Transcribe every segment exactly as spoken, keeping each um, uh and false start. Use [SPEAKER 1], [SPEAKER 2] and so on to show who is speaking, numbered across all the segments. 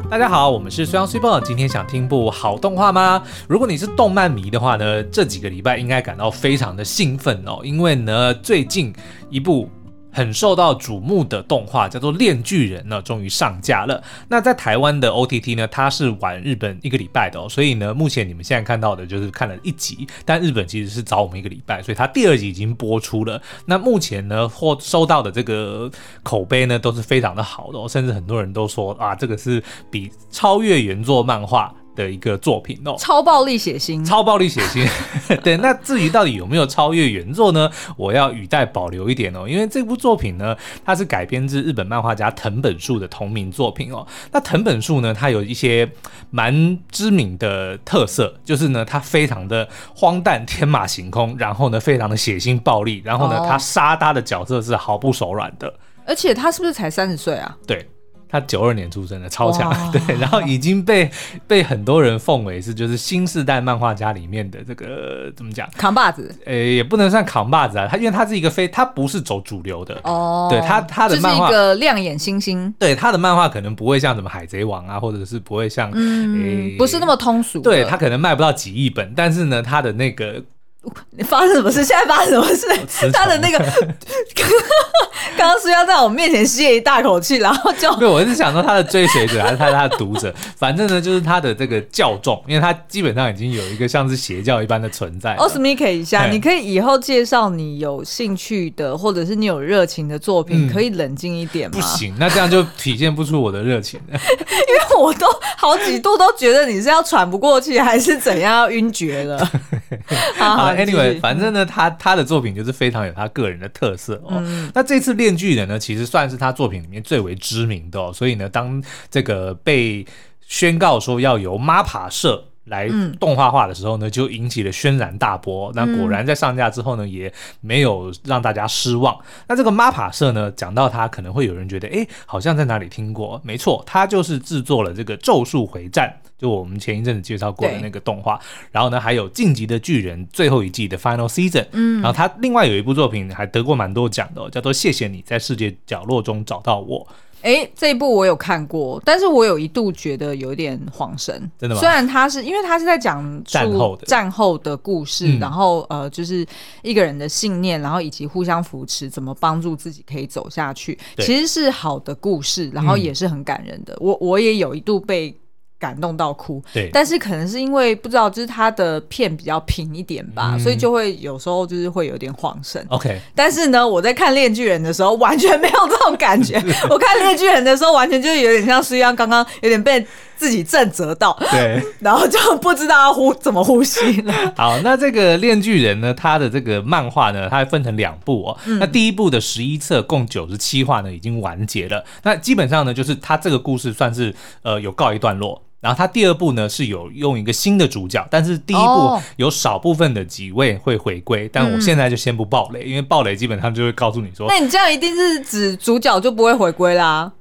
[SPEAKER 1] 大家好，我们是虽阳虽报，今天想听部好动画吗？如果你是动漫迷的话呢，这几个礼拜应该感到非常的兴奋哦，因为呢，最近一部很受到瞩目的动画叫做《链锯人》呢，终于上架了。那在台湾的 O T T 呢，它是晚日本一个礼拜的哦，所以呢，目前你们现在看到的就是看了一集，但日本其实是早我们一个礼拜，所以它第二集已经播出了。那目前呢，或收到的这个口碑呢，都是非常的好的哦，甚至很多人都说啊，这个是比超越原作漫画的一个作品哦，
[SPEAKER 2] 超暴力血腥，
[SPEAKER 1] 超暴力血腥。对，那至于到底有没有超越原作呢？我要语带保留一点哦，因为这部作品呢，它是改编自日本漫画家藤本树的同名作品哦。那藤本树呢，它有一些蛮知名的特色，就是呢，它非常的荒诞、天马行空，然后呢，非常的血腥暴力，然后呢，他杀他的角色是毫不手软的。
[SPEAKER 2] 而且他是不是才三十岁啊？
[SPEAKER 1] 对。他九二年出生的，超强，对，然后已经被被很多人奉为是就是新世代漫画家里面的这个怎么讲
[SPEAKER 2] 扛把子，
[SPEAKER 1] 呃，也不能算扛把子啊，他因为他是一个非他不是走主流的
[SPEAKER 2] 哦，
[SPEAKER 1] 对他他的漫画
[SPEAKER 2] 就是一个亮眼星星，
[SPEAKER 1] 对他的漫画可能不会像什么海贼王啊，或者是不会像
[SPEAKER 2] 嗯，不是那么通俗的，
[SPEAKER 1] 对他可能卖不到几亿本，但是呢，他的那个。
[SPEAKER 2] 你发生什么事？现在发生什么事？他的那个刚刚苏要在我面前吸了一大口气，然后就
[SPEAKER 1] 对，我是想说他的追随者还是他的读者，反正呢就是他的这个教众，因为他基本上已经有一个像是邪教一般的存在。
[SPEAKER 2] 奥斯米克一下，你可以以后介绍你有兴趣的或者是你有热情的作品，嗯、可以冷静一点吗？
[SPEAKER 1] 不行，那这样就体现不出我的热情了。
[SPEAKER 2] 因为我都好几度都觉得你是要喘不过气，还是怎样要晕厥了。好好
[SPEAKER 1] ，Anyway， 反正呢，他他的作品就是非常有他个人的特色哦。嗯、那这次《链锯人》呢，其实算是他作品里面最为知名的哦。所以呢，当这个被宣告说要由 M A P A 社来动画化的时候呢，就引起了轩然大波。那果然在上架之后呢，也没有让大家失望。那这个 M A P A 社呢，讲到它可能会有人觉得，哎，好像在哪里听过。没错，它就是制作了这个《咒术回战》。就我们前一阵子介绍过的那个动画，然后呢，还有《进击的巨人》最后一季的 Final Season，嗯，然后他另外有一部作品还得过蛮多奖的、哦，叫做《谢谢你在世界角落中找到我》。
[SPEAKER 2] 哎，这一部我有看过，但是我有一度觉得有点恍神。
[SPEAKER 1] 真的吗？
[SPEAKER 2] 虽然他是因为他是在讲
[SPEAKER 1] 战后的
[SPEAKER 2] 战后的故事，嗯、然后呃，就是一个人的信念，然后以及互相扶持，怎么帮助自己可以走下去，其实是好的故事，然后也是很感人的。嗯、我我也有一度被感动到哭，
[SPEAKER 1] 对，
[SPEAKER 2] 但是可能是因为不知道，就是他的片比较平一点吧，嗯、所以就会有时候就是会有点晃神。
[SPEAKER 1] OK，
[SPEAKER 2] 但是呢，我在看《链锯人》的时候完全没有这种感觉。我看《链锯人》的时候，完全就是有点像是一样，刚刚有点被自己震折到，
[SPEAKER 1] 对，
[SPEAKER 2] 然后就不知道要呼怎么呼吸了。
[SPEAKER 1] 好，那这个《链锯人》呢，它的这个漫画呢，它分成两部哦。嗯、那第一部的十一册共九十七话呢，已经完结了。那基本上呢，就是它这个故事算是呃有告一段落。然后他第二部呢是有用一个新的主角，但是第一部有少部分的几位会回归，哦、但我现在就先不爆雷，嗯、因为爆雷基本上就会告诉你说，
[SPEAKER 2] 那你这样一定是指主角就不会回归啦。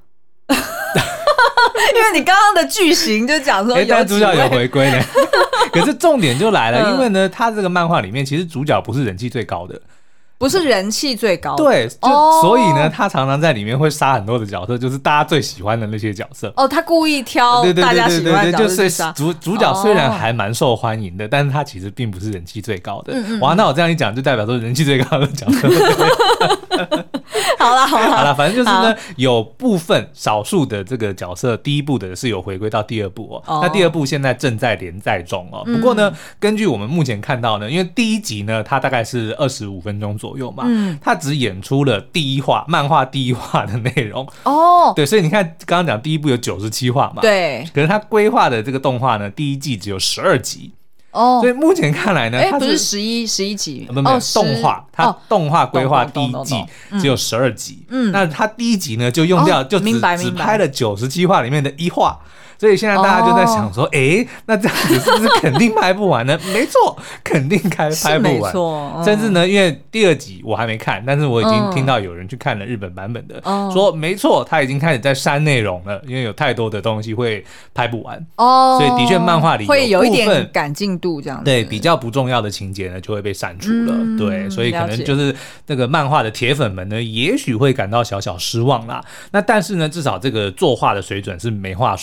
[SPEAKER 2] 因为你刚刚的剧情就讲说有几位，
[SPEAKER 1] 但主角有回归呢。可是重点就来了，嗯、因为呢，他这个漫画里面其实主角不是人气最高的。
[SPEAKER 2] 不是人气最高的，
[SPEAKER 1] 对，就、
[SPEAKER 2] 哦、
[SPEAKER 1] 所以呢，他常常在里面会杀很多的角色，就是大家最喜欢的那些角色。
[SPEAKER 2] 哦，他故意挑大家喜欢的角色去杀。
[SPEAKER 1] 主主角虽然还蛮受欢迎的，哦、但是他其实并不是人气最高的。嗯嗯哇，那我这样一讲，就代表说人气最高的角色。
[SPEAKER 2] 好啦好啦
[SPEAKER 1] 好啦，反正就是呢，有部分少数的这个角色，第一部的是有回归到第二部哦。哦那第二部现在正在连载中哦。不过呢，嗯、根据我们目前看到呢，因为第一集呢，它大概是二十五分钟左右。左右嘛，嗯，他只演出了第一话漫画第一话的内容哦，对，所以你看刚刚讲第一部有九十七话嘛，
[SPEAKER 2] 对，
[SPEAKER 1] 可是他规划的这个动画呢，第一季只有十二集哦，所以目前看来呢，
[SPEAKER 2] 哎，不是十一十一集，
[SPEAKER 1] 没有没有动画，他动画规划第一季只有十二集，嗯，那他第一集呢就用掉，就只只拍了九十七话里面的一话。所以现在大家就在想说，哎、欸，那这样子是不是肯定拍不完呢？没错，肯定开拍不完。没错，嗯、甚至呢，因为第二集我还没看，但是我已经听到有人去看了日本版本的，嗯、说没错，他已经开始在删内容了，因为有太多的东西会拍不完。哦，所以的确漫画里有
[SPEAKER 2] 会有一点赶进度这样子。
[SPEAKER 1] 对，比较不重要的情节呢，就会被删除了。嗯、对，所以可能就是那个漫画的铁粉们呢，也许会感到小小失望啦。那但是呢，至少这个作画的水准是没话说啦。嗯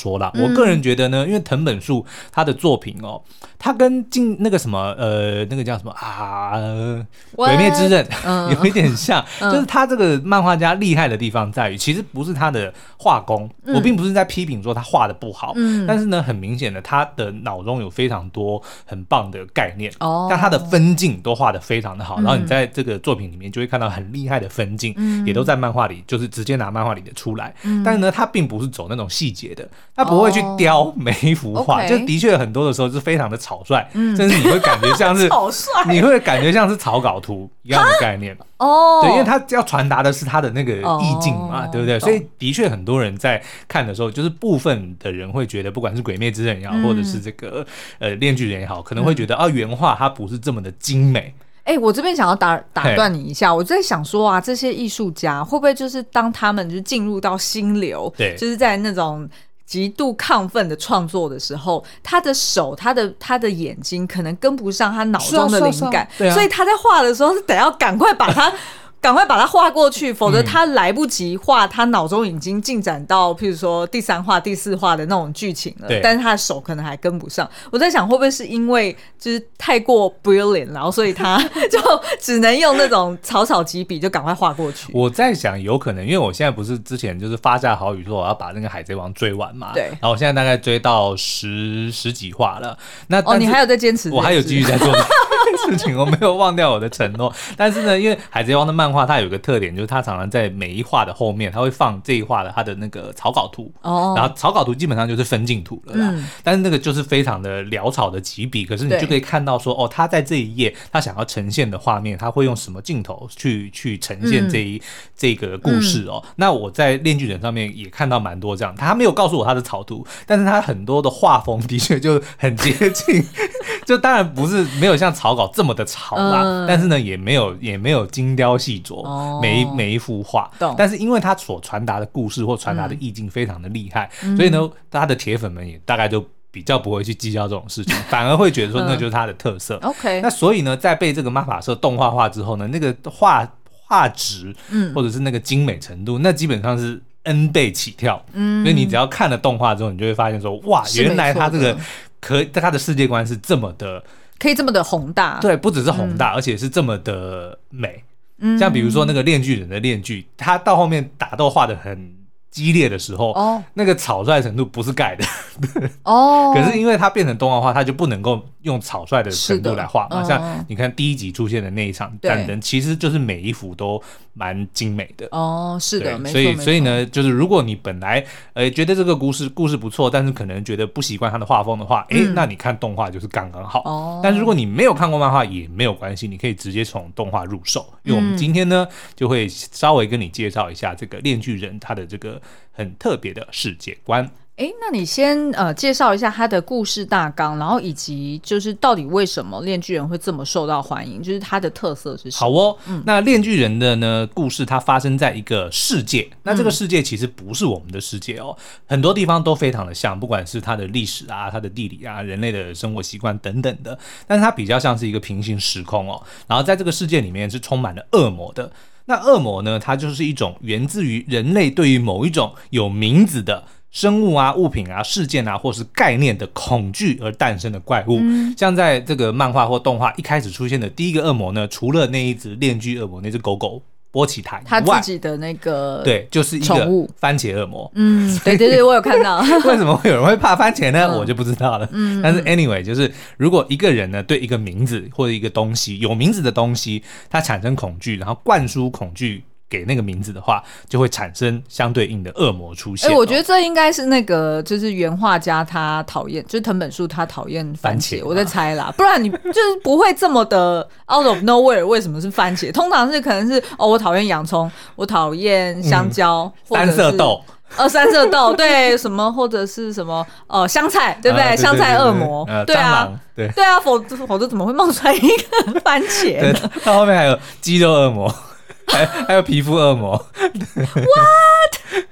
[SPEAKER 1] 我个人觉得呢，因为藤本树他的作品哦，他跟进那个什么呃那个叫什么啊《鬼灭之刃》有一点像，嗯、就是他这个漫画家厉害的地方在于，其实不是他的画工，嗯、我并不是在批评说他画的不好，嗯、但是呢，很明显的他的脑中有非常多很棒的概念，哦、但他的分镜都画得非常的好，嗯、然后你在这个作品里面就会看到很厉害的分镜，嗯、也都在漫画里，就是直接拿漫画里的出来，嗯、但是呢，他并不是走那种细节的，他不会去雕每一幅画，哦、就的确很多的时候是非常的草率，嗯、甚至你会感觉像是
[SPEAKER 2] 草率，
[SPEAKER 1] 你会感觉像是草稿图一样的概念哦，对，因为他要传达的是他的那个意境嘛，哦、对不对？所以的确很多人在看的时候，就是部分的人会觉得，不管是鬼灭之刃也好，嗯、或者是这个呃炼巨人也好，可能会觉得、嗯、啊原画它不是这么的精美。
[SPEAKER 2] 哎、欸，我这边想要打打断你一下，我在想说啊，这些艺术家会不会就是当他们就进入到心流，对，就是在那种极度亢奋的创作的时候，他的手、他的他的眼睛可能跟不上他脑中的灵感，
[SPEAKER 1] 是啊是啊是啊，
[SPEAKER 2] 所以他在画的时候是得要赶快把它。赶快把它画过去，否则他来不及画，他脑中已经进展到譬如说第三话、第四话的那种剧情了，但是他的手可能还跟不上。我在想，会不会是因为就是太过 brilliant， 然后所以他就只能用那种草草几笔就赶快画过去？
[SPEAKER 1] 我在想，有可能，因为我现在不是之前就是发下豪语说我要把那个海贼王追完嘛，
[SPEAKER 2] 对，
[SPEAKER 1] 然后我现在大概追到十十几话了。那
[SPEAKER 2] 哦，你还有在坚持？
[SPEAKER 1] 我还有继续在做事情，我没有忘掉我的承诺。但是呢，因为海贼王的漫画它有一个特点，就是它常常在每一话的后面，它会放这一话的它的那个草稿图，哦，然后草稿图基本上就是分镜图了啦，嗯、但是那个就是非常的潦草的几笔，可是你就可以看到说，哦，他在这一页他想要呈现的画面，他会用什么镜头去去呈现这一、嗯、这个故事哦。嗯、那我在炼巨人上面也看到蛮多这样，他没有告诉我他的草图，但是他很多的画风的确就很接近，就当然不是没有像草稿这么的草啦，嗯、但是呢也没有也没有精雕细琢，哦、每一每一幅画，但是因为他所传达的故事或传达的意境非常的厉害，嗯、所以呢他的铁粉们也大概就比较不会去计较这种事情，反而会觉得说那就是他的特色。
[SPEAKER 2] 嗯、OK，
[SPEAKER 1] 那所以呢，在被这个玛法社动画化之后呢，那个画画质，嗯，或者是那个精美程度，那基本上是 N 倍起跳。嗯，所以你只要看了动画之后，你就会发现说，哇，原来他这个可他的世界观是这么的，
[SPEAKER 2] 可以这么的宏大。
[SPEAKER 1] 对，不只是宏大，嗯、而且是这么的美。像比如说那个炼巨人的炼巨，他到后面打斗画的很激烈的时候，哦、那个草率程度不是盖的哦，可是因为它变成动画化，它就不能够用草率的程度来画嘛。嗯、像你看第一集出现的那一场战争，其实就是每一幅都蛮精美的
[SPEAKER 2] 哦，是的，没错。
[SPEAKER 1] 所以所以呢，就是如果你本来呃觉得这个故事故事不错，但是可能觉得不习惯它的画风的话，哎、嗯，那你看动画就是刚刚好。哦，但是如果你没有看过漫画也没有关系，你可以直接从动画入手，因为我们今天呢、嗯、就会稍微跟你介绍一下这个炼巨人他的这个很特别的世界观。
[SPEAKER 2] 哎，那你先呃介绍一下他的故事大纲，然后以及就是到底为什么炼巨人会这么受到欢迎，就是他的特色是什么？
[SPEAKER 1] 好哦，嗯、那炼巨人的呢故事它发生在一个世界，那这个世界其实不是我们的世界哦，嗯、很多地方都非常的像，不管是它的历史啊、它的地理啊、人类的生活习惯等等的，但是它比较像是一个平行时空哦，然后在这个世界里面是充满了恶魔的。那恶魔呢，它就是一种源自于人类对于某一种有名字的生物啊、物品啊、事件啊，或是概念的恐惧而诞生的怪物。嗯、像在这个漫画或动画一开始出现的第一个恶魔呢，除了那一只炼巨恶魔那只狗狗波奇塔以外，
[SPEAKER 2] 他自己的那个
[SPEAKER 1] 对，就是一个番茄恶魔。
[SPEAKER 2] 嗯，对对对，我有看到。
[SPEAKER 1] 为什么会有人会怕番茄呢？嗯、我就不知道了。嗯，但是 anyway， 就是如果一个人呢对一个名字或者一个东西有名字的东西，他产生恐惧，然后灌输恐惧给那个名字的话，就会产生相对应的恶魔出现。
[SPEAKER 2] 哎、欸，我觉得这应该是那个就是原画家他讨厌，就是藤本树他讨厌番茄，番茄我在猜啦，不然你就是不会这么的 out of nowhere。为什么是番茄？通常是可能是哦，我讨厌洋葱，我讨厌香蕉，嗯、或者是
[SPEAKER 1] 三色豆。
[SPEAKER 2] 呃，三色豆对什么或者是什么呃香菜，对不对？啊、对对对对香菜恶魔，呃、对啊，
[SPEAKER 1] 对
[SPEAKER 2] 对啊，否否则怎么会冒出来一个番茄呢？
[SPEAKER 1] 对，到后面还有肌肉恶魔。还, 还有皮肤恶魔
[SPEAKER 2] What？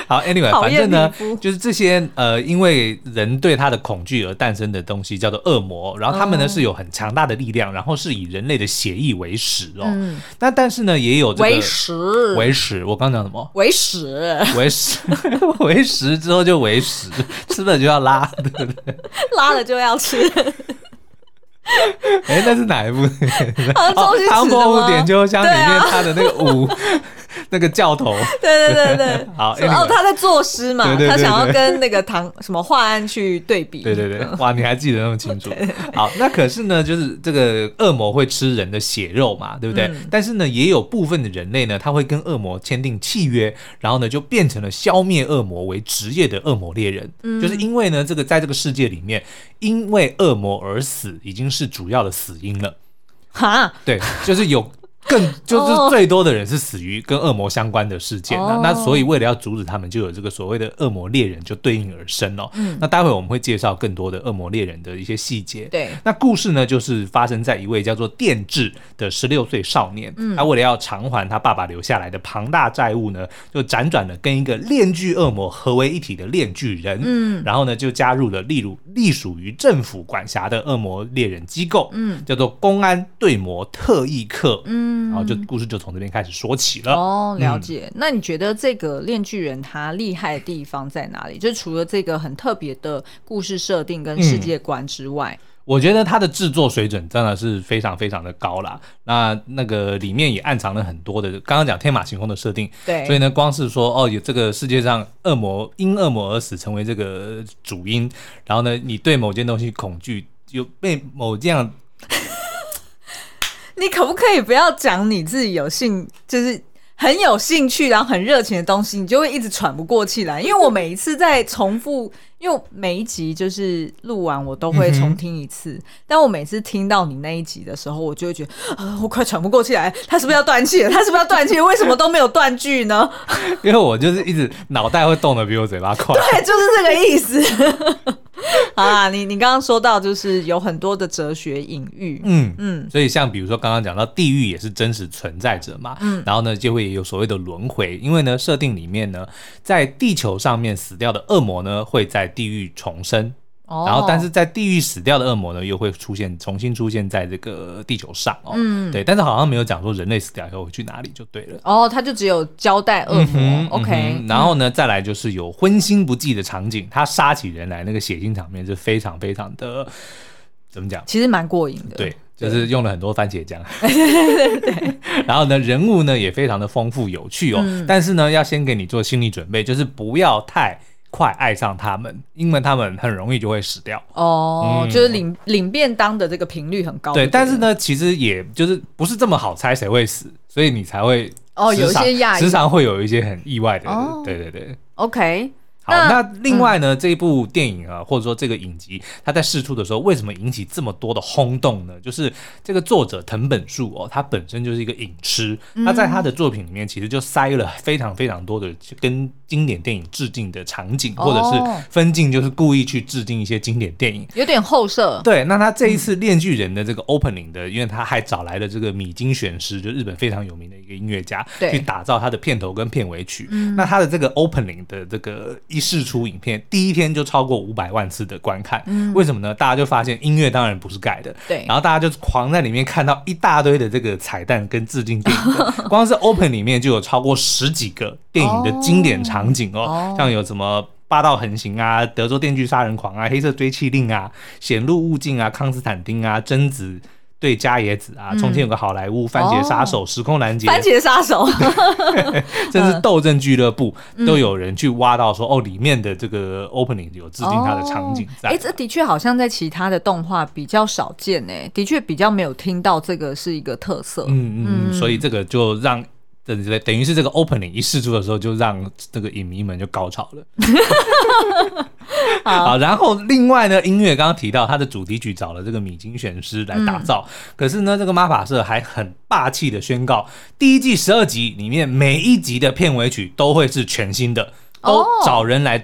[SPEAKER 1] 好 ，anyway， 反正呢，就是这些呃，因为人对他的恐惧而诞生的东西叫做恶魔，然后他们呢、哦、是有很强大的力量，然后是以人类的血液为食哦。嗯、那但是呢，也有这个
[SPEAKER 2] 为食
[SPEAKER 1] 为食，我刚讲什么？
[SPEAKER 2] 为食
[SPEAKER 1] 为食为食之后就为食，吃了就要拉，对不对？
[SPEAKER 2] 拉了就要吃。
[SPEAKER 1] 哎、欸，那是哪一部？
[SPEAKER 2] 哦，
[SPEAKER 1] 唐伯虎点秋香里面他的那个舞。那个教头，
[SPEAKER 2] 对对对对，
[SPEAKER 1] 好
[SPEAKER 2] 哦，他在作诗嘛，
[SPEAKER 1] 对对对对，
[SPEAKER 2] 他想要跟那个唐什么华安去对比，
[SPEAKER 1] 对对对，哇，你还记得那么清楚。好，那可是呢，就是这个恶魔会吃人的血肉嘛，对不对？嗯、但是呢，也有部分的人类呢，他会跟恶魔签订契约，然后呢，就变成了消灭恶魔为职业的恶魔猎人。嗯、就是因为呢，这个在这个世界里面，因为恶魔而死，已经是主要的死因了。
[SPEAKER 2] 哈，
[SPEAKER 1] 对，就是有。更就是最多的人是死于跟恶魔相关的事件、啊 oh. 那所以为了要阻止他们，就有这个所谓的恶魔猎人就对应而生哦。嗯、那待会我们会介绍更多的恶魔猎人的一些细节。
[SPEAKER 2] 对，
[SPEAKER 1] 那故事呢，就是发生在一位叫做电治的十六岁少年，嗯、他为了要偿还他爸爸留下来的庞大债务呢，就辗转了跟一个炼巨恶魔合为一体的炼巨人，嗯，然后呢就加入了例如隶属于政府管辖的恶魔猎人机构，嗯，叫做公安对魔特异课，嗯。然后就故事就从这边开始说起了。
[SPEAKER 2] 哦，了解。嗯、那你觉得这个炼巨人他厉害的地方在哪里？就是除了这个很特别的故事设定跟世界观之外，嗯、
[SPEAKER 1] 我觉得他的制作水准真的是非常非常的高啦。那那个里面也暗藏了很多的，刚刚讲天马行空的设定。
[SPEAKER 2] 对，
[SPEAKER 1] 所以呢，光是说哦，有这个世界上恶魔因恶魔而死成为这个主因，然后呢，你对某件东西恐惧，有被某这样。
[SPEAKER 2] 你可不可以不要讲你自己有兴，就是很有兴趣然后很热情的东西，你就会一直喘不过气来。因为我每一次在重复，因为每一集就是录完我都会重听一次，嗯、但我每次听到你那一集的时候，我就会觉得啊，我快喘不过气来，他是不是要断气了？他是不是要断气了？为什么都没有断句呢？
[SPEAKER 1] 因为我就是一直脑袋会动得比我嘴巴快。
[SPEAKER 2] 对，就是这个意思。好啦，你你刚刚说到就是有很多的哲学隐喻，
[SPEAKER 1] 嗯嗯，所以像比如说刚刚讲到地狱也是真实存在着嘛，嗯，然后呢就会有所谓的轮回，因为呢设定里面呢，在地球上面死掉的恶魔呢会在地狱重生。哦、然后，但是在地狱死掉的恶魔呢，又会出现，重新出现在这个地球上哦。嗯，对，但是好像没有讲说人类死掉以后会去哪里就对了。
[SPEAKER 2] 哦，他就只有交代恶魔。嗯、OK、
[SPEAKER 1] 嗯。然后呢，再来就是有荤腥不忌的场景，他杀起人来那个血腥场面是非常非常的，怎么讲？
[SPEAKER 2] 其实蛮过瘾的。
[SPEAKER 1] 对。就是用了很多番茄酱，对对对。然后呢，人物呢也非常的丰富有趣哦。嗯、但是呢，要先给你做心理准备，就是不要太快爱上他们，因为他们很容易就会死掉。
[SPEAKER 2] 哦，嗯、就是领领便当的这个频率很高。
[SPEAKER 1] 对，但是呢，其实也就是不是这么好猜谁会死，所以你才会
[SPEAKER 2] 哦有一些讶异，
[SPEAKER 1] 时常会有一些很意外的。哦、对对对
[SPEAKER 2] ，OK。
[SPEAKER 1] 好，那另外呢、嗯、这一部电影啊，或者说这个影集，它在释出的时候为什么引起这么多的轰动呢？就是这个作者藤本树哦，他本身就是一个影痴，他在他的作品里面其实就塞了非常非常多的跟经典电影致敬的场景，或者是分镜，就是故意去致敬一些经典电影，
[SPEAKER 2] 有点后设。对，
[SPEAKER 1] 那他这一次《炼巨人》的这个 opening 的，因为他还找来了这个米津玄师，就日本非常有名的一个音乐家，去打造他的片头跟片尾曲。嗯、那他的这个 opening 的这个一释出影片，第一天就超过五百万次的观看。嗯、为什么呢？大家就发现音乐当然不是改的，
[SPEAKER 2] 对，
[SPEAKER 1] 然后大家就狂在里面看到一大堆的这个彩蛋跟致敬电影的，光是 open 里面就有超过十几个电影的经典场景哦，哦像有什么霸道横行啊、德州电锯杀人狂啊、黑色追妻令啊、显露物境啊、康斯坦丁啊、贞子对加野子啊，从前有个好莱坞、番茄杀手、时空拦截、
[SPEAKER 2] 番茄杀手，
[SPEAKER 1] 甚至斗阵俱乐部、嗯、都有人去挖到说哦，里面的这个 opening 有致敬它的场景在。
[SPEAKER 2] 哎、哦，这的确好像在其他的动画比较少见哎，的确比较没有听到这个是一个特色。
[SPEAKER 1] 嗯嗯，嗯所以这个就让。等于是这个 opening 一释出的时候，就让这个影迷们就高潮了。好, 好，然后另外呢，音乐刚刚提到它的主题曲找了这个米津玄师来打造，嗯、可是呢，这个妈法社还很霸气的宣告，第一季十二集里面每一集的片尾曲都会是全新的，都找人来再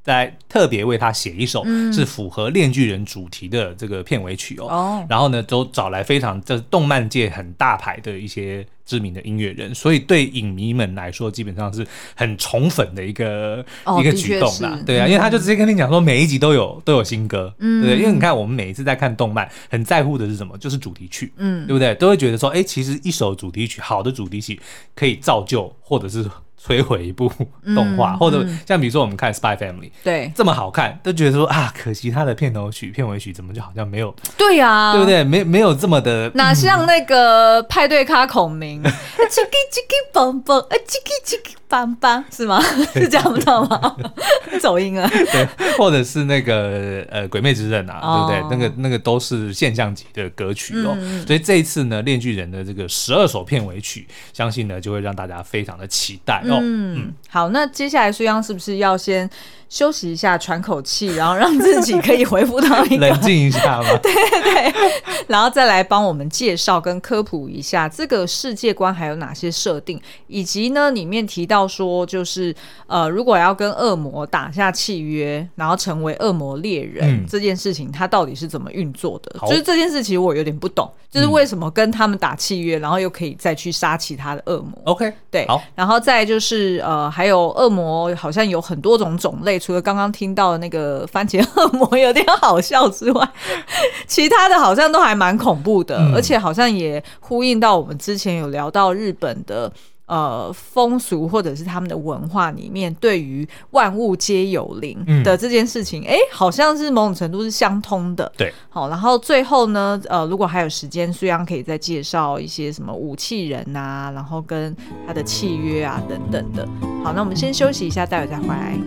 [SPEAKER 1] 来特别为他写一首是符合链锯人主题的这个片尾曲哦，
[SPEAKER 2] 哦
[SPEAKER 1] 然后呢都找来非常这动漫界很大牌的一些知名的音乐人，所以对影迷们来说基本上是很宠粉的一个、
[SPEAKER 2] 哦、
[SPEAKER 1] 一个举动啦，对啊、
[SPEAKER 2] 嗯，
[SPEAKER 1] 因为他就直接跟你讲说每一集都有都有新歌，嗯，对，因为你看我们每一次在看动漫很在乎的是什么，就是主题曲，嗯，对不对？都会觉得说哎，其实一首主题曲好的主题曲可以造就或者是摧毁一部动画、嗯、或者像比如说我们看 Spy Family
[SPEAKER 2] 对
[SPEAKER 1] 这么好看都觉得说啊可惜它的片头曲片尾曲怎么就好像没有
[SPEAKER 2] 对啊
[SPEAKER 1] 对不对没没有这么的
[SPEAKER 2] 哪像那个派对咖孔明叽叽叽叽棒棒叽叽叽叽棒棒是吗是这样不到吗走音了
[SPEAKER 1] 对或者是那个呃鬼灭之刃啊、哦、对不对那个那个都是现象级的歌曲哦、嗯、所以这一次呢链锯人的这个十二首片尾曲相信呢就会让大家非常的期待哦
[SPEAKER 2] 嗯, 嗯好那接下来苏央是不是要先休息一下喘口气然后让自己可以恢复到一个
[SPEAKER 1] 冷静一下嘛
[SPEAKER 2] 对对然后再来帮我们介绍跟科普一下这个世界观还有哪些设定以及呢里面提到说就是呃如果要跟恶魔打下契约然后成为恶魔猎人、嗯、这件事情它到底是怎么运作的就是这件事其实我有点不懂就是为什么跟他们打契约然后又可以再去杀其他的恶魔
[SPEAKER 1] OK
[SPEAKER 2] 对
[SPEAKER 1] 好
[SPEAKER 2] 然后再就是呃还有恶魔好像有很多种种类除了刚刚听到的那个番茄恶魔有点好笑之外其他的好像都还蛮恐怖的、嗯、而且好像也呼应到我们之前有聊到日本的呃风俗或者是他们的文化里面对于万物皆有灵的这件事情哎、嗯，好像是某种程度是相通的
[SPEAKER 1] 对
[SPEAKER 2] 好然后最后呢呃如果还有时间苏央可以再介绍一些什么武器人啊然后跟他的契约啊等等的好那我们先休息一下待会再回来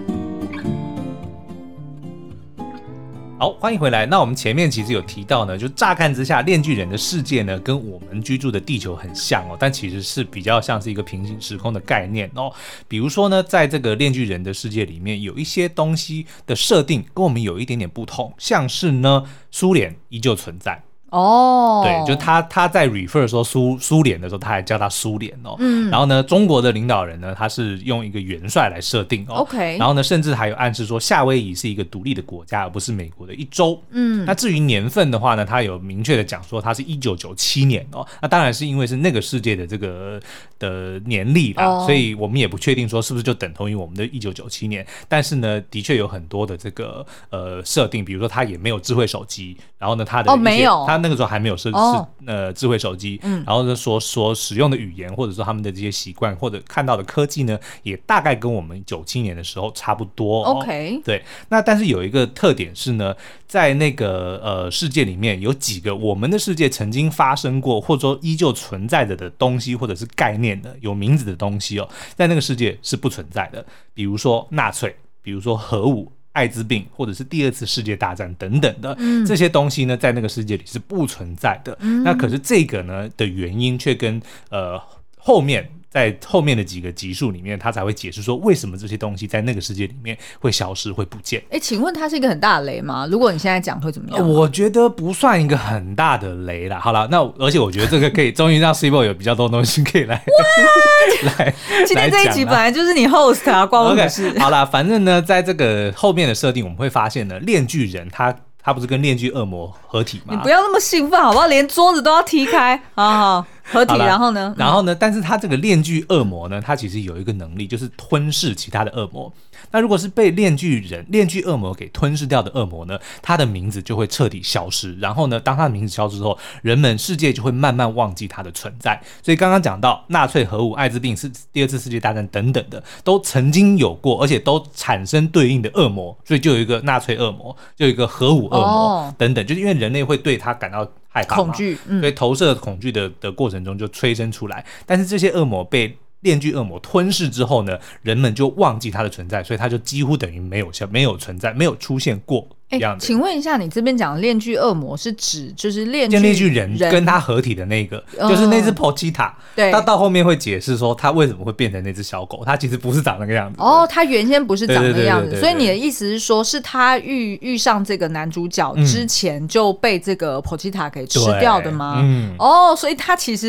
[SPEAKER 1] 好，欢迎回来。那我们前面其实有提到呢，就乍看之下，链锯人的世界呢，跟我们居住的地球很像哦，但其实是比较像是一个平行时空的概念哦。比如说呢，在这个链锯人的世界里面，有一些东西的设定跟我们有一点点不同，像是呢，苏联依旧存在。哦，对，就他他在 refer 说苏苏联的时候，他还叫他苏联哦。嗯，然后呢，中国的领导人呢，他是用一个元帅来设定哦。
[SPEAKER 2] OK，
[SPEAKER 1] 然后呢，甚至还有暗示说夏威夷是一个独立的国家，而不是美国的一州。嗯，那至于年份的话呢，他有明确的讲说他是一九九七年哦。那当然是因为是那个世界的这个的年历啦，哦、所以我们也不确定说是不是就等同于我们的一九九七年。但是呢，的确有很多的这个呃设定，比如说他也没有智慧手机，然后呢，他的
[SPEAKER 2] 哦没有他。
[SPEAKER 1] 那个时候还没有设置、哦、呃智慧手机、嗯、然后呢所所使用的语言或者说他们的这些习惯或者看到的科技呢也大概跟我们九七年的时候差不多、哦、
[SPEAKER 2] OK
[SPEAKER 1] 对那但是有一个特点是呢在那个呃世界里面有几个我们的世界曾经发生过或者说依旧存在着的东西或者是概念的有名字的东西哦在那个世界是不存在的比如说纳粹比如说核武艾滋病或者是第二次世界大战等等的、嗯、这些东西呢在那个世界里是不存在的、嗯、那可是这个呢的原因却跟呃后面在后面的几个集数里面他才会解释说为什么这些东西在那个世界里面会消失会不见。
[SPEAKER 2] 哎，请问它是一个很大的雷吗？如果你现在讲会怎么样、啊、
[SPEAKER 1] 我觉得不算一个很大的雷啦。好了，那而且我觉得这个可以终于让 Cibo 有比较多东西可以来来
[SPEAKER 2] 今天这一集本来就是你 host 啊关我什么事、
[SPEAKER 1] okay, 好啦反正呢在这个后面的设定我们会发现呢链锯人他他不是跟链锯恶魔合体吗？
[SPEAKER 2] 你不要那么兴奋好不好？连桌子都要踢开。好好合体，然后呢？
[SPEAKER 1] 然后呢？但是他这个链锯恶魔呢，他其实有一个能力，就是吞噬其他的恶魔。那如果是被链锯人、链锯恶魔给吞噬掉的恶魔呢，他的名字就会彻底消失。然后呢，当他的名字消失之后，人们世界就会慢慢忘记他的存在。所以刚刚讲到纳粹、核武、艾滋病、是第二次世界大战等等的，都曾经有过，而且都产生对应的恶魔。所以就有一个纳粹恶魔，就有一个核武恶魔、哦、等等，就是因为人类会对他感到害怕
[SPEAKER 2] 恐惧、嗯、
[SPEAKER 1] 所以投射恐惧 的, 的过程中就催生出来。但是这些恶魔被链锯恶魔吞噬之后呢，人们就忘记它的存在，所以它就几乎等于没有没有存在，没有出现过。欸、
[SPEAKER 2] 请问一下，你这边讲的链锯恶魔是指就是链锯
[SPEAKER 1] 链锯人跟他合体的那个，嗯、就是那只 Pochita， 对，他到后面会解释说他为什么会变成那只小狗，他其实不是长那个样子。
[SPEAKER 2] 哦，他原先不是长那个样子，所以你的意思是说，是他遇遇上这个男主角之前就被这个 Pochita 给吃掉的吗？嗯，哦，所以他其实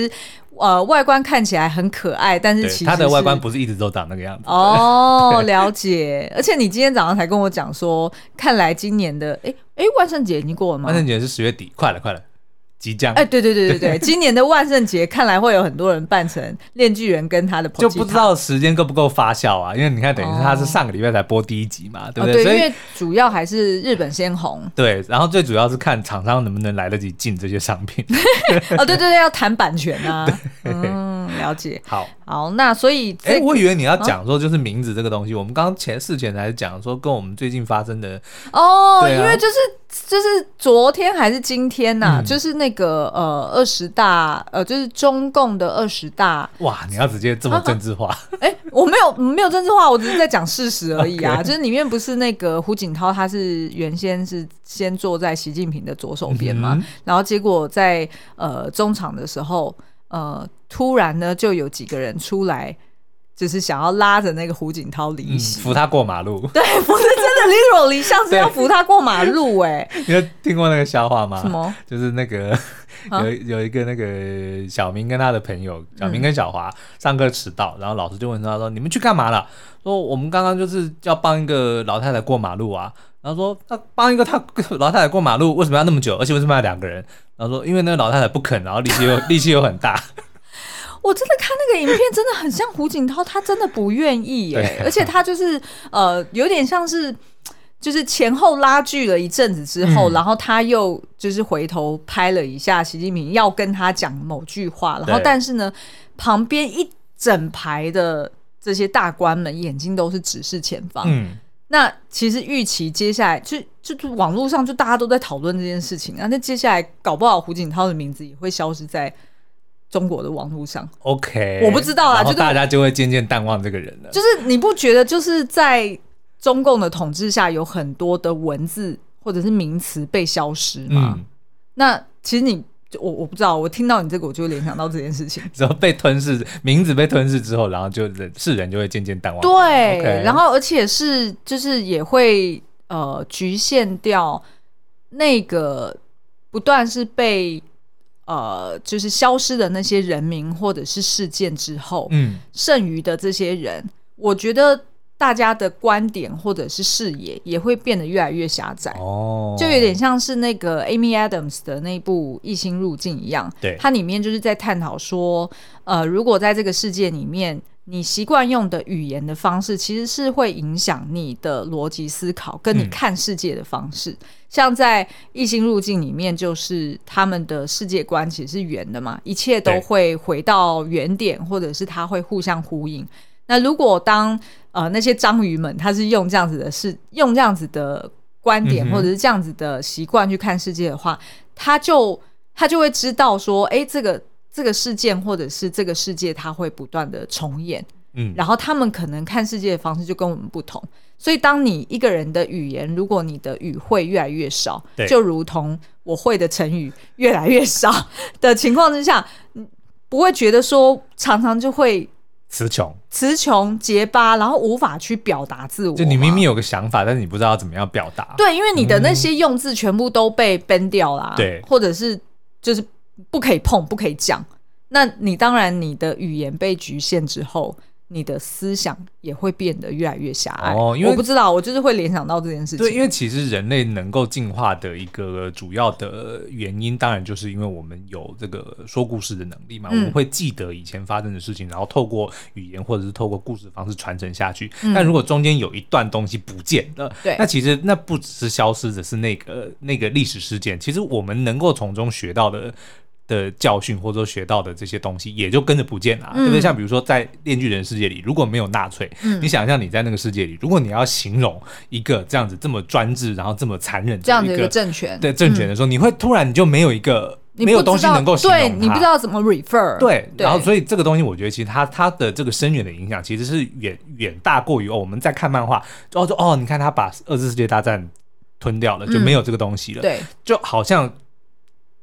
[SPEAKER 2] 呃外观看起来很可爱，但是其实
[SPEAKER 1] 它的外观不是一直都长那个样子。
[SPEAKER 2] 哦，了解。而且你今天早上才跟我讲说，看来今年的哎哎万圣节已经过了吗？
[SPEAKER 1] 万圣节是十月底，快了快了。即将
[SPEAKER 2] 哎，对对对对对，今年的万圣节看来会有很多人扮成链锯人跟他的
[SPEAKER 1] 就不知道时间够不够发酵啊？因为你看，等于是他是上个礼拜才播第一集嘛，哦、对不对？
[SPEAKER 2] 哦、对，因为主要还是日本先红。
[SPEAKER 1] 对，然后最主要是看厂商能不能来得及进这些商品。
[SPEAKER 2] 哦，对对对，要谈版权啊。嗯，了解。
[SPEAKER 1] 好，
[SPEAKER 2] 好，那所以，
[SPEAKER 1] 哎，我以为你要讲说就是名字这个东西，啊、我们刚刚前事前才讲说跟我们最近发生的
[SPEAKER 2] 哦，啊、因为就是。就是昨天还是今天呐、啊嗯？就是那个呃二十大呃，就是中共的二十大。
[SPEAKER 1] 哇，你要直接这么政治化？
[SPEAKER 2] 哎、啊，我没有没有政治化，我只是在讲事实而已啊。okay. 就是里面不是那个胡锦涛，他是原先是先坐在习近平的左手边嘛、嗯，然后结果在呃中场的时候，呃突然呢就有几个人出来。就是想要拉着那个胡锦涛离席、
[SPEAKER 1] 嗯，扶他过马路。
[SPEAKER 2] 对，不是真的 literally 像是要扶他过马路哎、欸。
[SPEAKER 1] 你有听过那个笑话吗？
[SPEAKER 2] 什么？
[SPEAKER 1] 就是那个有有一个那个小明跟他的朋友，小明跟小华、嗯、上课迟到，然后老师就问他说：“你们去干嘛了？”说：“我们刚刚就是要帮一个老太太过马路啊。”然后说：“那帮一个他老太太过马路为什么要那么久？而且为什么要两个人？”然后说：“因为那个老太太不肯，然后力气又力气又很大。”
[SPEAKER 2] 我真的看那个影片，真的很像胡锦涛，他真的不愿意耶，而且他就是呃，有点像是就是前后拉锯了一阵子之后、嗯，然后他又就是回头拍了一下习近平要跟他讲某句话，然后但是呢，旁边一整排的这些大官们眼睛都是直视前方。嗯，那其实预期接下来就就网络上就大家都在讨论这件事情啊，那接下来搞不好胡锦涛的名字也会消失在中国的网络上
[SPEAKER 1] ，OK，
[SPEAKER 2] 我不知道啦，
[SPEAKER 1] 然后大家就会渐渐淡忘这个人了。
[SPEAKER 2] 就是你不觉得，就是在中共的统治下，有很多的文字或者是名词被消失吗？嗯、那其实你，我我不知道，我听到你这个，我就会联想到这件事情。
[SPEAKER 1] 之后被吞噬，名字被吞噬之后，然后就人世人就会渐渐淡忘。
[SPEAKER 2] 对，
[SPEAKER 1] okay
[SPEAKER 2] 然后而且是就是也会呃局限掉那个不断是被。呃，就是消失的那些人名或者是事件之后，嗯，剩余的这些人，我觉得大家的观点或者是视野也会变得越来越狭窄。哦，就有点像是那个 Amy Adams 的那部《异星入境》一样，
[SPEAKER 1] 对，
[SPEAKER 2] 它里面就是在探讨说，呃，如果在这个世界里面，你习惯用的语言的方式，其实是会影响你的逻辑思考跟你看世界的方式。嗯，像在《异星入境》里面，就是他们的世界观其实是圆的嘛，一切都会回到原点，或者是它会互相呼应。那如果当呃那些章鱼们，他是用这样子的事，用这样子的观点，或者是这样子的习惯去看世界的话，他就他就会知道说，哎，这个这个事件或者是这个世界，它会不断的重演。嗯，然后他们可能看世界的方式就跟我们不同，所以当你一个人的语言，如果你的语汇越来越少，就如同我会的成语越来越少的情况之下，不会觉得说常常就会
[SPEAKER 1] 词穷
[SPEAKER 2] 词穷结巴，然后无法去表达自我。
[SPEAKER 1] 就你明明有个想法，但是你不知道怎么样表达。
[SPEAKER 2] 对，因为你的那些用字全部都被 ban 掉啦，对，或者是就是不可以碰，不可以讲。那你当然你的语言被局限之后，你的思想也会变得越来越狭隘。哦，因为我不知道，我就是会联想到这件事情。
[SPEAKER 1] 对，因为其实人类能够进化的一个主要的原因，当然就是因为我们有这个说故事的能力嘛，嗯、我们会记得以前发生的事情，然后透过语言或者是透过故事的方式传承下去。嗯、但如果中间有一段东西不见了，对，那其实那不只是消失的是那个那个历史事件，其实我们能够从中学到的。的教训或者说学到的这些东西也就跟着不见了、啊嗯、对不对？像比如说在链锯人世界里，如果没有纳粹、嗯、你想象你在那个世界里，如果你要形容一个这样子这么专制然后这么残忍的一个
[SPEAKER 2] 这样的一个政权
[SPEAKER 1] 对政权的时候、嗯、你会突然你就没有一个没有东西能够形容它，
[SPEAKER 2] 对，你不知道怎么 refer，
[SPEAKER 1] 对，对，然后所以这个东西我觉得其实它它的这个深远的影响其实是远远大过于、哦、我们在看漫画哦就哦你看他把二次世界大战吞掉了就没有这个东西了、嗯、对，就好像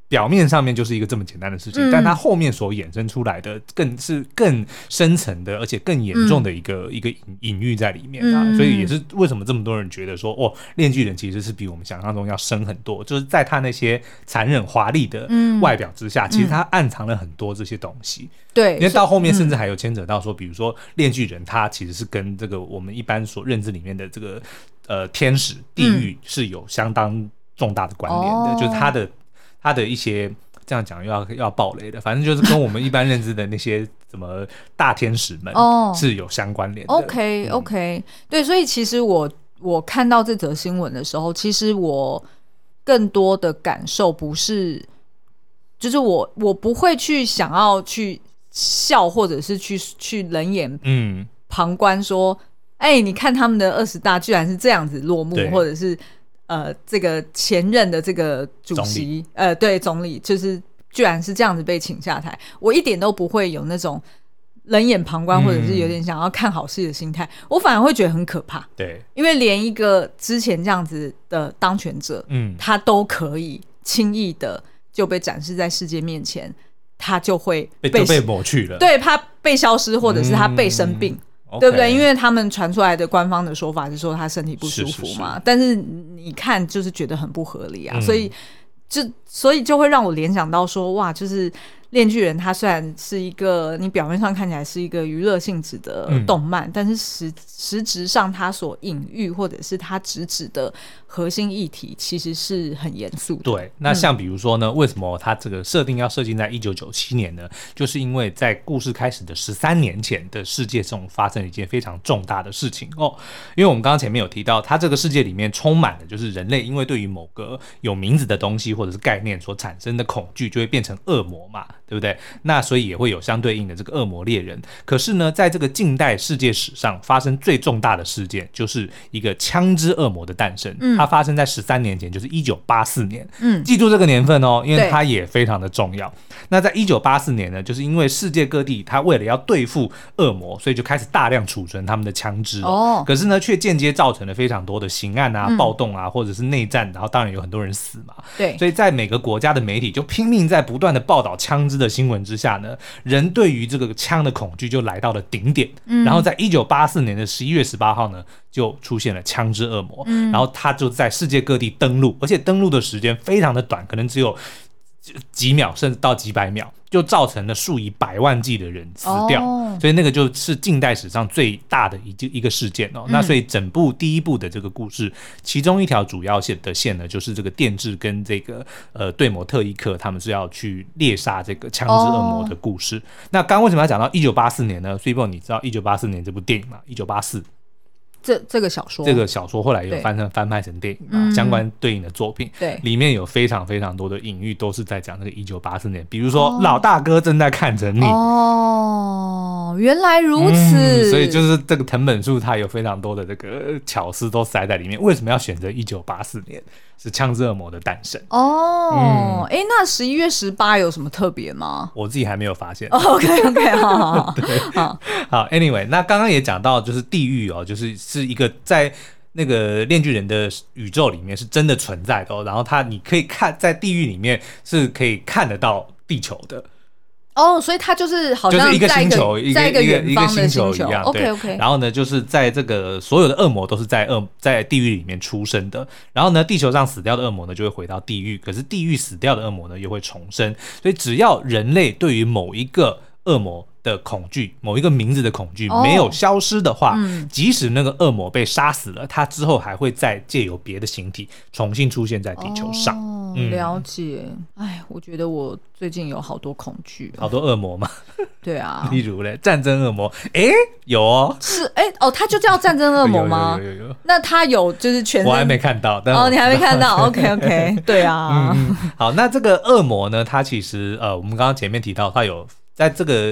[SPEAKER 1] 表面上面就是一个这么简单的事情，嗯、但它后面所衍生出来的更是更深层的，而且更严重的一个、嗯、一个隐喻在里面啊、嗯。所以也是为什么这么多人觉得说，哦，链锯人其实是比我们想象中要深很多，就是在他那些残忍华丽的外表之下，嗯、其实他暗藏了很多这些东西。
[SPEAKER 2] 对，
[SPEAKER 1] 因为到后面甚至还有牵扯到说，比如说链锯人，他其实是跟这个我们一般所认知里面的这个呃天使、地狱是有相当重大的关联的，嗯、就是他的。他的一些这样讲又要又要爆雷的，反正就是跟我们一般认知的那些什么大天使们是有相关联的。
[SPEAKER 2] 哦、OK OK，、嗯、对，所以其实我我看到这则新闻的时候，其实我更多的感受不是，就是我我不会去想要去笑，或者是去去冷眼嗯旁观说，哎、欸，你看他们的二十大居然是这样子落幕，或者是。呃，这个前任的这个主席，呃，对，总理就是居然是这样子被请下台，我一点都不会有那种冷眼旁观，或者是有点想要看好戏的心态，嗯、我反而会觉得很可怕。
[SPEAKER 1] 对，
[SPEAKER 2] 因为连一个之前这样子的当权者，嗯，他都可以轻易的就被展示在世界面前，他就会
[SPEAKER 1] 被被, 被抹去了，
[SPEAKER 2] 对，他被消失，或者是他被生病。嗯Okay. 对不对？因为他们传出来的官方的说法是说他身体不舒服嘛，是是是，但是你看就是觉得很不合理啊，嗯、所以就所以就会让我联想到说，哇，就是链锯人他虽然是一个你表面上看起来是一个娱乐性质的动漫，嗯、但是实实质上他所隐喻或者是他直指的核心议题其实是很严肃的。
[SPEAKER 1] 对，那像比如说呢，嗯、为什么他这个设定要设定在一九九七年呢？就是因为在故事开始的十三年前的世界中发生了一件非常重大的事情哦。因为我们刚刚前面有提到，他这个世界里面充满了就是人类因为对于某个有名字的东西或者是概念所产生的恐惧，就会变成恶魔嘛。对不对？那所以也会有相对应的这个恶魔猎人。可是呢，在这个近代世界史上发生最重大的事件，就是一个枪支恶魔的诞生。嗯、它发生在十三年前，就是一九八四年。嗯，记住这个年份哦，因为它也非常的重要。那在一九八四年呢，就是因为世界各地它为了要对付恶魔，所以就开始大量储存他们的枪支哦。可是呢，却间接造成了非常多的刑案啊、嗯、暴动啊，或者是内战，然后当然有很多人死嘛。
[SPEAKER 2] 对，
[SPEAKER 1] 所以在每个国家的媒体就拼命在不断的报道枪支的新闻之下呢，人对于这个枪的恐惧就来到了顶点。嗯、然后在一九八四年的十一月十八号呢，就出现了枪支恶魔。嗯、然后他就在世界各地登陆，而且登陆的时间非常的短，可能只有几秒甚至到几百秒，就造成了数以百万计的人死掉。哦、所以那个就是近代史上最大的一个事件哦。嗯、那所以整部第一部的这个故事，其中一条主要线的线呢，就是这个电治跟这个呃对魔特伊克他们是要去猎杀这个枪支恶魔的故事。哦、那刚刚为什么要讲到一九八四年呢？所以你知道一九八四年这部电影吗？一九八四
[SPEAKER 2] 这这个小说，
[SPEAKER 1] 这个小说后来有翻成翻拍成电影嘛、嗯，相关对应的作品，
[SPEAKER 2] 对，
[SPEAKER 1] 里面有非常非常多的隐喻，都是在讲那个一九八四年，比如说、哦、老大哥正在看着你。
[SPEAKER 2] 哦，原来如此、
[SPEAKER 1] 嗯，所以就是这个藤本树他有非常多的这个巧思都塞在里面。为什么要选择一九八四年？是枪支恶魔的诞生
[SPEAKER 2] 哦。哎、嗯，那十一月十八有什么特别吗？
[SPEAKER 1] 我自己还没有发现。
[SPEAKER 2] 哦、OK OK， 好好好，
[SPEAKER 1] 好好 ，Anyway， 那刚刚也讲到，就是地狱哦，就是是一个在那个链锯人的宇宙里面是真的存在的哦。然后它你可以看在地狱里面是可以看得到地球的。
[SPEAKER 2] 哦，所以它就是好像
[SPEAKER 1] 就是一个星球，一个
[SPEAKER 2] 在一个远方的
[SPEAKER 1] 星球一样。
[SPEAKER 2] OK OK。
[SPEAKER 1] 然后呢，就是在这个所有的恶魔都是在恶在地狱里面出生的。然后呢，地球上死掉的恶魔呢就会回到地狱，可是地狱死掉的恶魔呢又会重生。所以只要人类对于某一个恶魔的恐惧，某一个名字的恐惧没有消失的话、哦嗯、即使那个恶魔被杀死了，他之后还会再借由别的形体重新出现在地球上。
[SPEAKER 2] 哦，嗯、了解。哎，我觉得我最近有好多恐惧、
[SPEAKER 1] 哦，好多恶魔嘛。对
[SPEAKER 2] 啊，
[SPEAKER 1] 例如嘞，战争恶魔，哎，有哦，
[SPEAKER 2] 是哎哦，他就叫战争恶魔吗？
[SPEAKER 1] 有有有有有。
[SPEAKER 2] 那他有就是全身，
[SPEAKER 1] 我还没看到，但
[SPEAKER 2] 哦，你还没看到 ，OK OK， 对啊。
[SPEAKER 1] 嗯、好，那这个恶魔呢，它其实呃，我们刚刚前面提到，它有在这个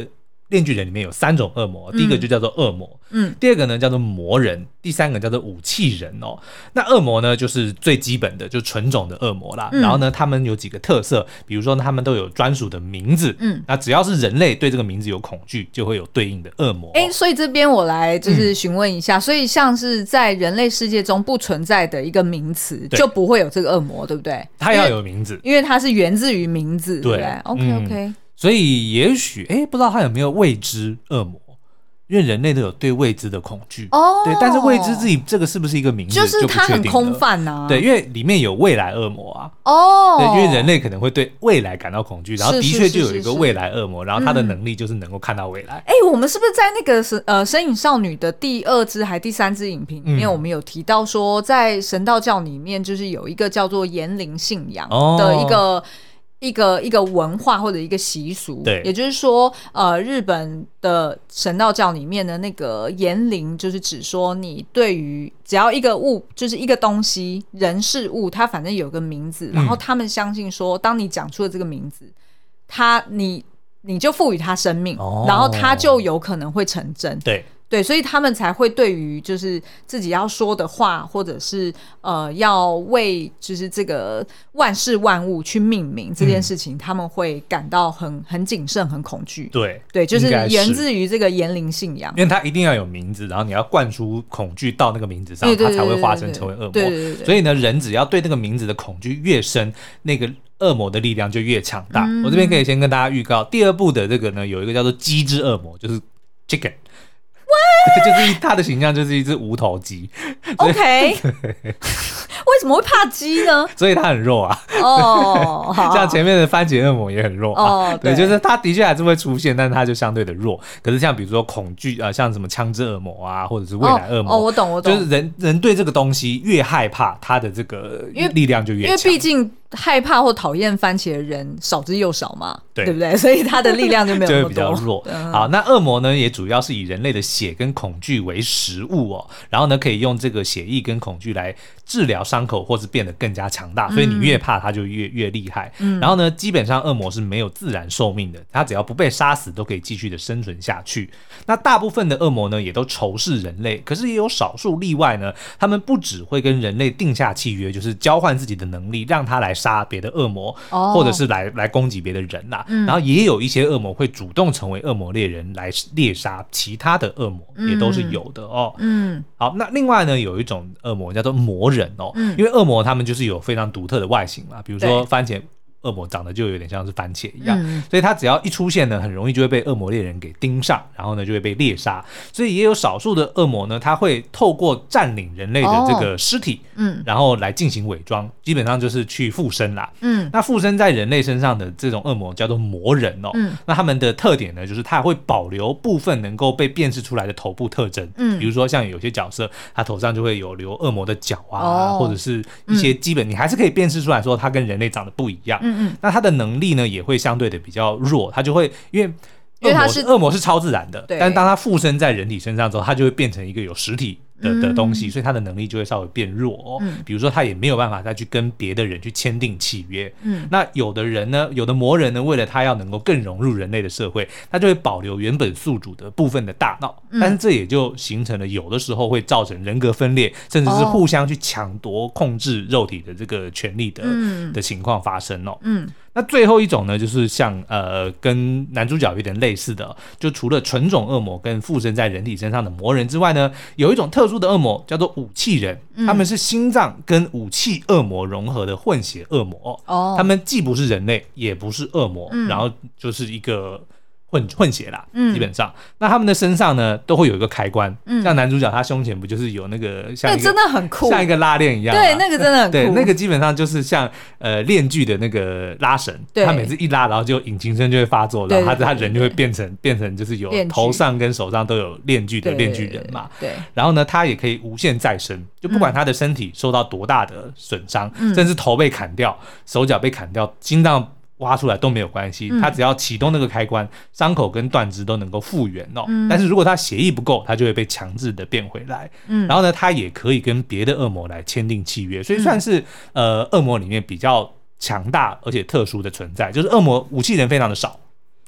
[SPEAKER 1] 炼狱人里面有三种恶魔，第一个就叫做恶魔，嗯，第二个呢叫做魔人，第三个叫做武器人哦。那恶魔呢就是最基本的，就纯种的恶魔啦。嗯、然后呢，他们有几个特色，比如说他们都有专属的名字，嗯，那只要是人类对这个名字有恐惧，就会有对应的恶魔。
[SPEAKER 2] 哎、欸，所以这边我来就是询问一下、嗯，所以像是在人类世界中不存在的一个名词，就不会有这个恶魔，对不对？
[SPEAKER 1] 它要有名字，
[SPEAKER 2] 因为它是源自于名字，对不对 ？OK OK、嗯。
[SPEAKER 1] 所以也许哎，不知道他有没有未知恶魔，因为人类都有对未知的恐惧哦。对，但是未知自己这个是不是一个名字，
[SPEAKER 2] 就是它很空泛啊。
[SPEAKER 1] 对，因为里面有未来恶魔啊。哦。对，因为人类可能会对未来感到恐惧，然后的确就有一个未来恶魔，然后他的能力就是能够看到未来。
[SPEAKER 2] 哎、嗯，我们是不是在那个呃《神隐少女》的第二支还第三支影评里面，嗯、我们有提到说，在神道教里面就是有一个叫做言灵信仰的一个。哦一个一个文化或者一个习俗，对，也就是说，呃，日本的神道教里面的那个言灵，就是指说你对于只要一个物，就是一个东西、人事物，它反正有个名字，然后他们相信说，当你讲出了这个名字，它你你就赋予它生命，哦、然后它就有可能会成真，
[SPEAKER 1] 对。
[SPEAKER 2] 对，所以他们才会对于就是自己要说的话，或者是呃要为就是这个万事万物去命名这件事情，嗯、他们会感到很很谨慎、很恐惧。
[SPEAKER 1] 对
[SPEAKER 2] 对，就是源自于这个言灵信仰，
[SPEAKER 1] 因为它一定要有名字，然后你要灌输恐惧到那个名字上，它才会化身成为恶魔。对对对对，所以呢，人只要对那个名字的恐惧越深，那个恶魔的力量就越强大。嗯、我这边可以先跟大家预告，第二部的这个呢，有一个叫做鸡之恶魔，就是 Chicken。就是它的形象就是一只无头鸡
[SPEAKER 2] ，OK， 为什么会怕鸡呢？
[SPEAKER 1] 所以它很弱啊。哦，像前面的番茄恶魔也很弱啊。哦，对，对就是它的确还是会出现，但是它就相对的弱。可是像比如说恐惧啊、呃，像什么枪支恶魔啊，或者是未来恶魔，
[SPEAKER 2] 哦，哦我懂我懂，
[SPEAKER 1] 就是人人对这个东西越害怕，它的这个力量就越强，
[SPEAKER 2] 因为毕竟。害怕或讨厌番茄的人少之又少嘛， 对,
[SPEAKER 1] 对
[SPEAKER 2] 不对？所以他的力量就没有那么多，
[SPEAKER 1] 就会比较弱。好，那恶魔呢，也主要是以人类的血跟恐惧为食物哦，然后呢，可以用这个血液跟恐惧来治疗伤口，或是变得更加强大。所以你越怕，它就越越厉害。嗯、然后呢，基本上恶魔是没有自然寿命的，它只要不被杀死，都可以继续的生存下去。那大部分的恶魔呢，也都仇视人类，可是也有少数例外呢，他们不只会跟人类定下契约，就是交换自己的能力，让他来杀别的恶魔，哦、或者是来来攻击别的人啦。嗯、然后也有一些恶魔会主动成为恶魔猎人来猎杀其他的恶魔，嗯、也都是有的哦。嗯，好，那另外呢，有一种恶魔叫做魔人哦，嗯、因为恶魔他们就是有非常独特的外形嘛，比如说番茄。恶魔长得就有点像是番茄一样，嗯、所以它只要一出现呢，很容易就会被恶魔猎人给盯上，然后呢就会被猎杀。所以也有少数的恶魔呢，他会透过占领人类的这个尸体，哦、嗯，然后来进行伪装，基本上就是去附身啦。嗯，那附身在人类身上的这种恶魔叫做魔人哦。嗯，那他们的特点呢，就是他会保留部分能够被辨识出来的头部特征。嗯，比如说像有些角色，他头上就会有留恶魔的角啊，哦、或者是一些基本、嗯、你还是可以辨识出来说他跟人类长得不一样。嗯嗯，那他的能力呢也会相对的比较弱，他就会因为恶魔，因为他是恶魔是超自然的，但是当他附身在人体身上之后，他就会变成一个有实体的, 的东西，所以他的能力就会稍微变弱哦。嗯、比如说他也没有办法再去跟别的人去签订契约。嗯，那有的人呢，有的魔人呢，为了他要能够更融入人类的社会，他就会保留原本宿主的部分的大脑，嗯、但是这也就形成了有的时候会造成人格分裂，甚至是互相去抢夺控制肉体的这个权利的、嗯、的情况发生哦。嗯。那最后一种呢，就是像呃跟男主角有点类似的，就除了纯种恶魔跟附身在人体身上的魔人之外呢，有一种特殊的恶魔叫做武器人，嗯、他们是心脏跟武器恶魔融合的混血恶魔，哦、他们既不是人类，也不是恶魔，嗯、然后就是一个。混混血啦，嗯、基本上，那他们的身上呢都会有一个开关，嗯、像男主角他胸前不就是有那个像一个
[SPEAKER 2] 真的很酷，
[SPEAKER 1] 像一个拉链一样，
[SPEAKER 2] 对，那个真的很酷，
[SPEAKER 1] 对，那个基本上就是像呃链锯的那个拉绳，他每次一拉，然后就引擎声就会发作，然后他他人就会变成变成就是有头上跟手上都有链锯的链锯人嘛，对，然后呢，他也可以无限再生，就不管他的身体受到多大的损伤，嗯、甚至头被砍掉、手脚被砍掉、心脏挖出来都没有关系，他只要启动那个开关，伤口跟断肢都能够复原哦。嗯、但是如果他血液不够，他就会被强制的变回来。嗯、然后呢，他也可以跟别的恶魔来签订契约，所以算是、嗯、呃恶魔里面比较强大而且特殊的存在，就是恶魔武器人非常的少。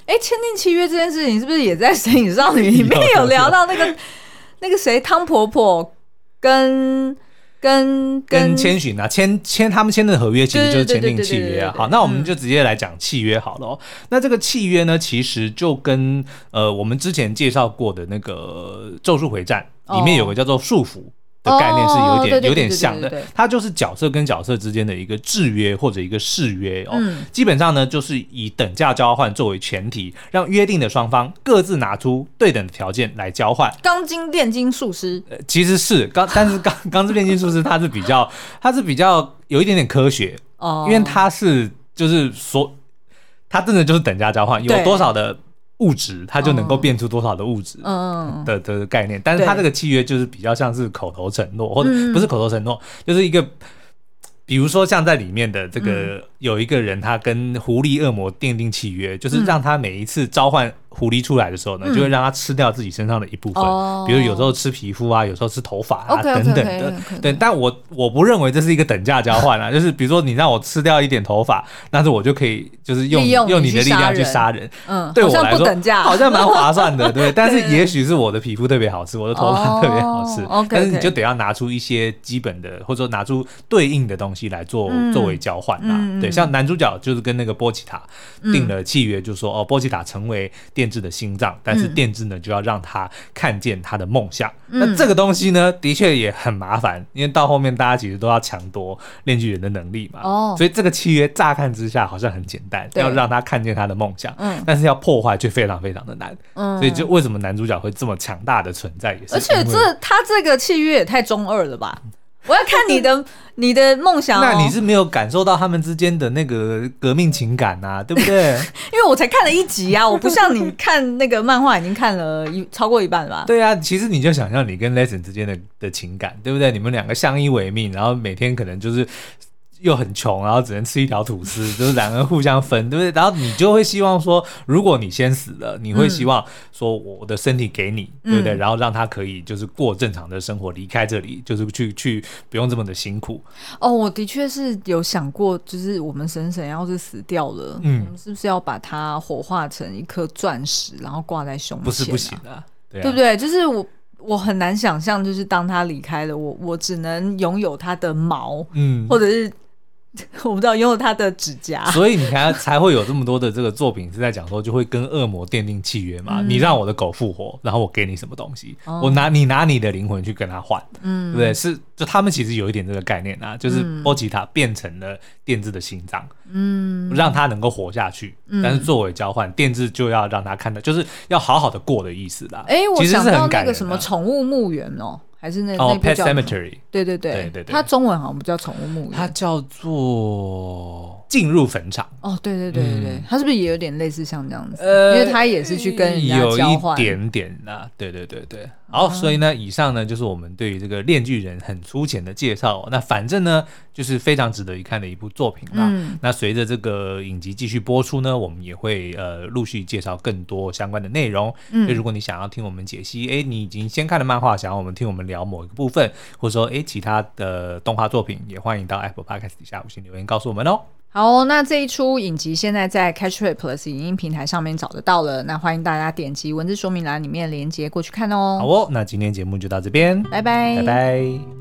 [SPEAKER 2] 哎，签订契约这件事情是不是也在《神隐少女》里面有聊到那个那个谁汤婆婆跟跟
[SPEAKER 1] 跟千寻啊，签签他们签的合约其实就是签订契约啊。好，那我们就直接来讲契约好了哦。嗯、那这个契约呢，其实就跟呃我们之前介绍过的那个《咒术回战》里面有个叫做束缚的概念是有点、哦、有点像的，它就是角色跟角色之间的一个制约或者一个誓约哦、嗯。基本上呢，就是以等价交换作为前提，让约定的双方各自拿出对等的条件来交换。
[SPEAKER 2] 钢筋炼金术师、
[SPEAKER 1] 呃、其实是钢，但是钢钢之炼金术师它是比较，它是比较有一点点科学哦，因为它是就是说，它真的就是等价交换，有多少的物质它就能够变出多少的物质 的,、嗯、的, 的概念，但是它这个契约就是比较像是口头承诺，或者不是口头承诺、嗯、就是一个比如说像在里面的这个、嗯、有一个人他跟狐狸恶魔奠定契约，就是让他每一次召唤狐狸出来的时候呢、嗯、就会让他吃掉自己身上的一部分、哦、比如有时候吃皮肤啊，有时候吃头发啊 okay, 等等的 okay, okay, okay, okay. 对，但我我不认为这是一个等价交换啊就是比如说你让我吃掉一点头发，但是我就可以就是用用你的力量去杀人，嗯，对我来说好像不等价，好像蛮划算的对，但是也许是我的皮肤特别好吃，我的头发特别好吃、哦、但是你就得要拿出一些基本的或者说拿出对应的东西来做、嗯、作为交换啊、嗯、对，像男主角就是跟那个波奇塔定了契约，就说、嗯、哦波奇塔成为电制的心脏，但是电制呢就要让他看见他的梦想、嗯、那这个东西呢的确也很麻烦，因为到后面大家其实都要抢夺炼巨人的能力嘛、哦、所以这个契约乍看之下好像很简单，要让他看见他的梦想、嗯、但是要破坏却非常非常的难、嗯、所以就为什么男主角会这么强大的存在，也是而
[SPEAKER 2] 且这他这个契约也太中二了吧我要看你的你的梦想、哦、
[SPEAKER 1] 那你是没有感受到他们之间的那个革命情感啊，对不对？
[SPEAKER 2] 因为我才看了一集啊，我不像你看那个漫画已经看了一超过一半了吧？
[SPEAKER 1] 对啊，其实你就想象你跟 Lesson 之间 的, 的情感，对不对？你们两个相依为命，然后每天可能就是又很穷，然后只能吃一条吐司，就是两个人互相分，对不对？然后你就会希望说，如果你先死了，你会希望说我的身体给你，嗯、对不对？然后让他可以就是过正常的生活，离开这里，就是去去不用这么的辛苦。
[SPEAKER 2] 哦，我的确是有想过，就是我们婶婶要是死掉了，嗯，我们是不是要把它火化成一颗钻石，然后挂在胸前、啊？
[SPEAKER 1] 不是不行的、啊，对啊，
[SPEAKER 2] 对不对？就是我。我很难想象，就是当他离开了我，我只能拥有他的毛，嗯，或者是我不知道拥有他的指甲，
[SPEAKER 1] 所以你看才会有这么多的这个作品是在讲说，就会跟恶魔奠定契约嘛、嗯。你让我的狗复活，然后我给你什么东西，哦、我拿你拿你的灵魂去跟他换，嗯，对不对？是就他们其实有一点这个概念啊，就是波吉塔变成了电制的心脏，嗯，让他能够活下去，嗯、但是作为交换，电制就要让他看到，就是要好好的过的意思啦。
[SPEAKER 2] 哎，我想到那个什么宠物墓园哦。还是那
[SPEAKER 1] 哦、
[SPEAKER 2] 那
[SPEAKER 1] Pet Cemetery，
[SPEAKER 2] 对对 对, 对对对，它中文好像不叫宠物墓园，
[SPEAKER 1] 它叫做进入坟场。
[SPEAKER 2] 哦，对对对对对、嗯，它是不是也有点类似像这样子？呃，因为它也是去跟人家交换，
[SPEAKER 1] 有一点点啦。对对对对。好、嗯，所以呢，以上呢就是我们对于这个炼巨人很粗浅的介绍、哦。那反正呢，就是非常值得一看的一部作品啦。嗯、那随着这个影集继续播出呢，我们也会呃陆续介绍更多相关的内容。嗯，所以如果你想要听我们解析，哎，你已经先看了漫画，想要我们听我们聊某一个部分，或者说哎其他的动画作品，也欢迎到 Apple Podcast 底下五星留言告诉我们哦。
[SPEAKER 2] 好，那这一出影集现在在 Catchplay Plus 影音平台上面找得到了，那欢迎大家点击文字说明栏里面连结过去看哦。
[SPEAKER 1] 好哦，那今天节目就到这边，
[SPEAKER 2] 拜拜，
[SPEAKER 1] 拜拜。